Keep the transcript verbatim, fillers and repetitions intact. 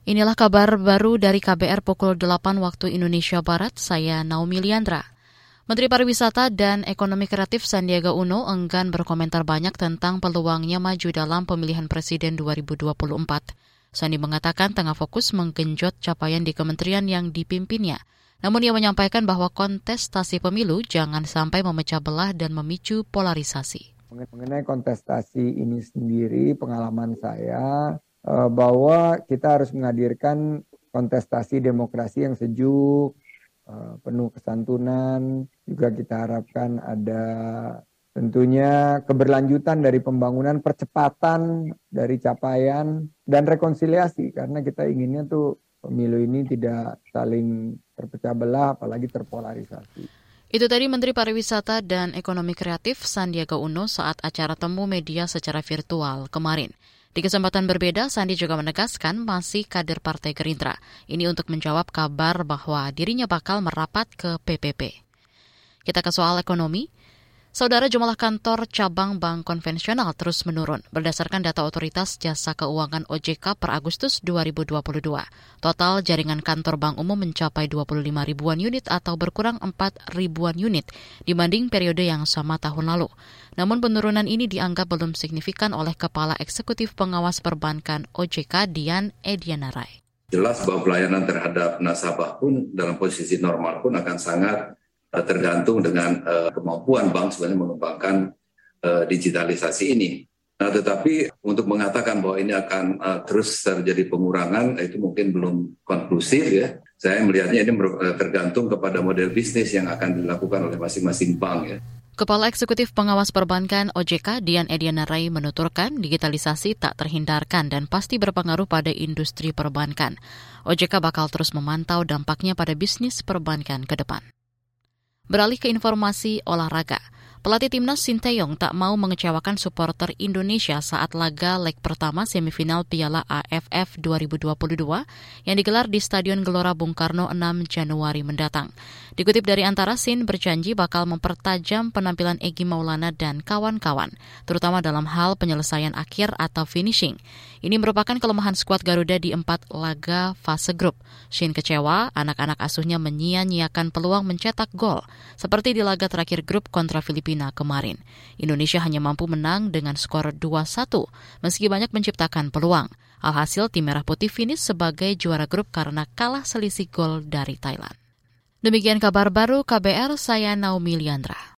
Inilah kabar baru dari K B R pukul delapan waktu Indonesia Barat, saya Naomi Liandra. Menteri Pariwisata dan Ekonomi Kreatif Sandiaga Uno enggan berkomentar banyak tentang peluangnya maju dalam pemilihan presiden dua ribu dua puluh empat. Sandi mengatakan tengah fokus menggenjot capaian di kementerian yang dipimpinnya. Namun ia menyampaikan bahwa kontestasi pemilu jangan sampai memecah belah dan memicu polarisasi. Mengenai kontestasi ini sendiri, pengalaman saya bahwa kita harus menghadirkan kontestasi demokrasi yang sejuk, penuh kesantunan. Juga kita harapkan ada tentunya keberlanjutan dari pembangunan, percepatan dari capaian, dan rekonsiliasi. Karena kita inginnya tuh pemilu ini tidak saling terpecah belah, apalagi terpolarisasi. Itu tadi Menteri Pariwisata dan Ekonomi Kreatif Sandiaga Uno saat acara temu media secara virtual kemarin. Di kesempatan berbeda, Sandi juga menegaskan masih kader Partai Gerindra. Ini untuk menjawab kabar bahwa dirinya bakal merapat ke P P P. Kita ke soal ekonomi. Saudara, jumlah kantor cabang bank konvensional terus menurun. Berdasarkan data Otoritas Jasa Keuangan O J K per Agustus dua ribu dua puluh dua, total jaringan kantor bank umum mencapai dua puluh lima ribuan unit atau berkurang empat ribuan unit dibanding periode yang sama tahun lalu. Namun penurunan ini dianggap belum signifikan oleh Kepala Eksekutif Pengawas Perbankan O J K Dian Edianarai. Jelas bahwa pelayanan terhadap nasabah pun dalam posisi normal pun akan sangat tergantung dengan uh, kemampuan bank sebenarnya mengembangkan uh, digitalisasi ini. Nah, tetapi untuk mengatakan bahwa ini akan uh, terus terjadi pengurangan, itu mungkin belum konklusif ya. Saya melihatnya ini tergantung kepada model bisnis yang akan dilakukan oleh masing-masing bank ya. Kepala Eksekutif Pengawas Perbankan O J K Dian Edianarai menuturkan digitalisasi tak terhindarkan dan pasti berpengaruh pada industri perbankan. O J K bakal terus memantau dampaknya pada bisnis perbankan ke depan. Beralih ke informasi olahraga. Pelatih timnas Sinteyong tak mau mengecewakan supporter Indonesia saat laga leg pertama semifinal Piala A F F dua ribu dua puluh dua yang digelar di Stadion Gelora Bung Karno enam Januari mendatang. Dikutip dari Antara, Sin berjanji bakal mempertajam penampilan Egy Maulana dan kawan-kawan, terutama dalam hal penyelesaian akhir atau finishing. Ini merupakan kelemahan skuad Garuda di empat laga fase grup. Shin kecewa, anak-anak asuhnya menyia-nyiakan peluang mencetak gol, seperti di laga terakhir grup kontra Filipina kemarin. Indonesia hanya mampu menang dengan skor dua satu, meski banyak menciptakan peluang. Alhasil tim Merah Putih finish sebagai juara grup karena kalah selisih gol dari Thailand. Demikian kabar baru K B R, saya Naomi Liandra.